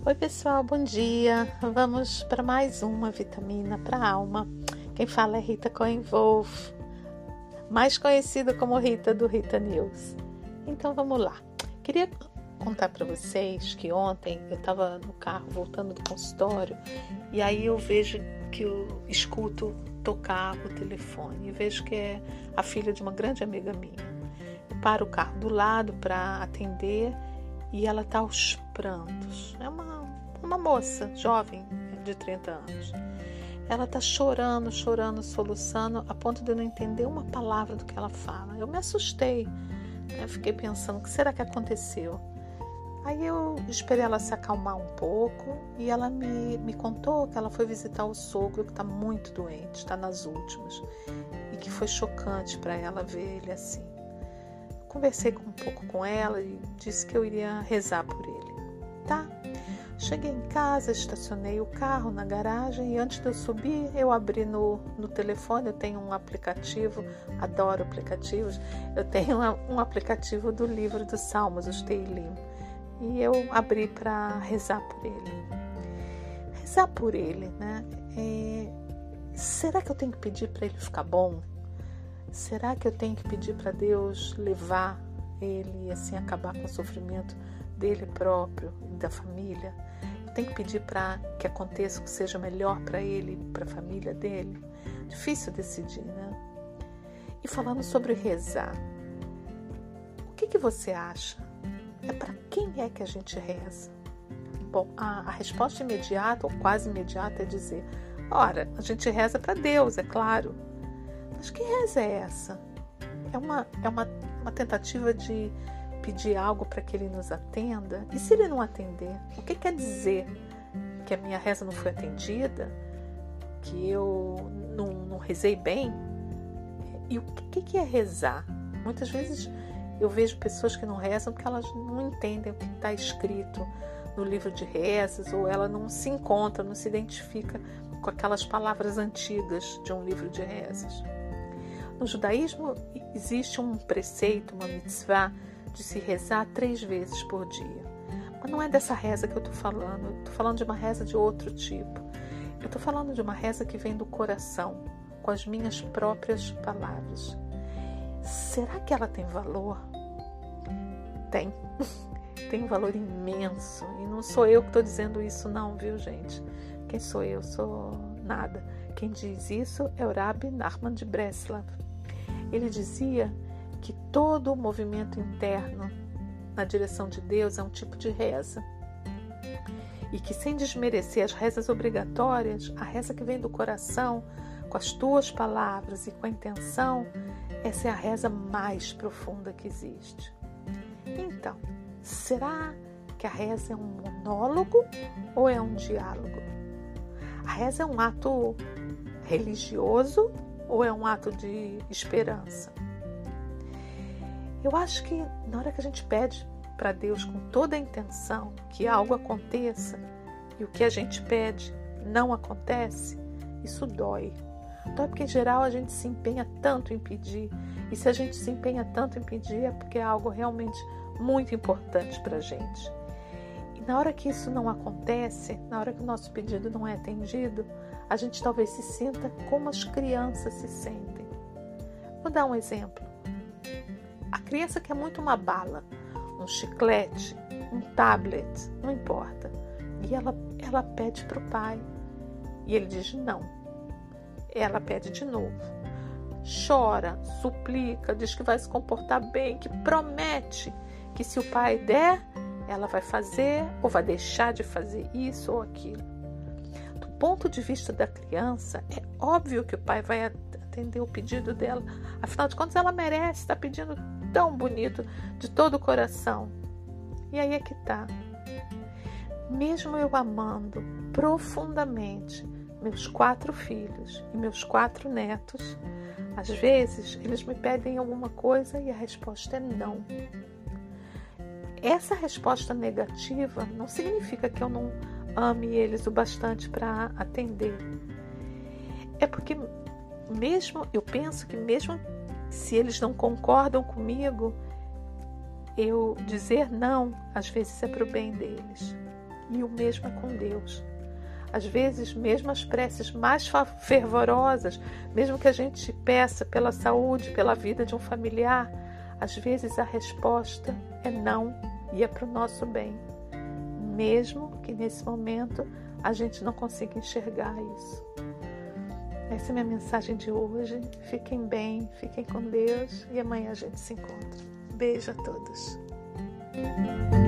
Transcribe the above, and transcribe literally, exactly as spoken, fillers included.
Oi pessoal, bom dia. Vamos para mais uma vitamina para a alma. Quem fala é Rita Cohen Wolf, mais conhecida como Rita do Rita News. Então vamos lá. Queria contar para vocês que ontem eu estava no carro voltando do consultório e aí eu vejo que eu escuto tocar o telefone e vejo que é a filha de uma grande amiga minha. Eu paro o carro do lado para atender e ela está aos prantos. É uma, uma moça jovem de trinta anos. Ela está chorando, chorando, soluçando, a ponto de eu não entender uma palavra do que ela fala. Eu me assustei, né? Fiquei pensando, o que será que aconteceu? Aí eu esperei ela se acalmar um pouco e ela me, me contou que ela foi visitar o sogro, que está muito doente, está nas últimas, e que foi chocante para ela ver ele assim. Conversei um pouco com ela e disse que eu iria rezar por ele, tá? Cheguei em casa, estacionei o carro na garagem e antes de eu subir, eu abri no, no telefone, eu tenho um aplicativo, adoro aplicativos, eu tenho um, um aplicativo do livro dos Salmos, os Teilim, e eu abri para rezar por ele. Rezar por ele, né? É, será que eu tenho que pedir para ele ficar bom? Será que eu tenho que pedir para Deus levar ele e assim acabar com o sofrimento dele próprio e da família? Eu tenho que pedir para que aconteça o que seja melhor para ele e para a família dele? Difícil decidir, né? E falando sobre rezar, o que, que você acha? É para quem é que a gente reza? Bom, a, a resposta imediata ou quase imediata é dizer, ora, a gente reza para Deus, é claro. Mas que reza é essa? É uma, é uma, uma tentativa de pedir algo para que ele nos atenda? E se ele não atender? O que quer dizer? Que a minha reza não foi atendida? Que eu não, não rezei bem? E o que, que é rezar? Muitas vezes eu vejo pessoas que não rezam porque elas não entendem o que está escrito no livro de rezas, ou ela não se encontra, não se identifica com aquelas palavras antigas de um livro de rezas. No judaísmo existe um preceito, uma mitzvah, de se rezar três vezes por dia. Mas não é dessa reza que eu estou falando, eu estou falando de uma reza de outro tipo. Eu estou falando de uma reza que vem do coração, com as minhas próprias palavras. Será que ela tem valor? Tem. Tem um valor imenso. E não sou eu que estou dizendo isso não, viu, gente? Quem sou eu? Sou nada. Quem diz isso é o Rabbi Nachman de Breslav. Ele dizia que todo o movimento interno na direção de Deus é um tipo de reza. E que, sem desmerecer as rezas obrigatórias, a reza que vem do coração, com as tuas palavras e com a intenção, essa é a reza mais profunda que existe. Então, será que a reza é um monólogo ou é um diálogo? A reza é um ato religioso ou é um ato de esperança? Eu acho que na hora que a gente pede para Deus com toda a intenção que algo aconteça e o que a gente pede não acontece, isso dói. Dói porque em geral a gente se empenha tanto em pedir, e se a gente se empenha tanto em pedir é porque é algo realmente muito importante para a gente. E na hora que isso não acontece, na hora que o nosso pedido não é atendido, a gente talvez se sinta como as crianças se sentem. Vou dar um exemplo. A criança quer muito uma bala, um chiclete, um tablet, não importa. E ela, ela pede para o pai. E ele diz não. Ela pede de novo. Chora, suplica, diz que vai se comportar bem, que promete que se o pai der, ela vai fazer ou vai deixar de fazer isso ou aquilo. Do ponto de vista da criança, é óbvio que o pai vai atender o pedido dela. Afinal de contas, ela merece, está pedindo tão bonito, de todo o coração. E aí é que tá. Mesmo eu amando profundamente meus quatro filhos e meus quatro netos, às vezes eles me pedem alguma coisa e a resposta é não. Essa resposta negativa não significa que eu não ame eles o bastante para atender. É porque mesmo, eu penso que mesmo se eles não concordam comigo, eu dizer não, às vezes é para o bem deles. E o mesmo é com Deus. Às vezes, mesmo as preces mais fervorosas, mesmo que a gente peça pela saúde, pela vida de um familiar, às vezes a resposta é não e é para o nosso bem. Mesmo que nesse momento a gente não consiga enxergar isso. Essa é a minha mensagem de hoje. Fiquem bem, fiquem com Deus e amanhã a gente se encontra. Beijo a todos.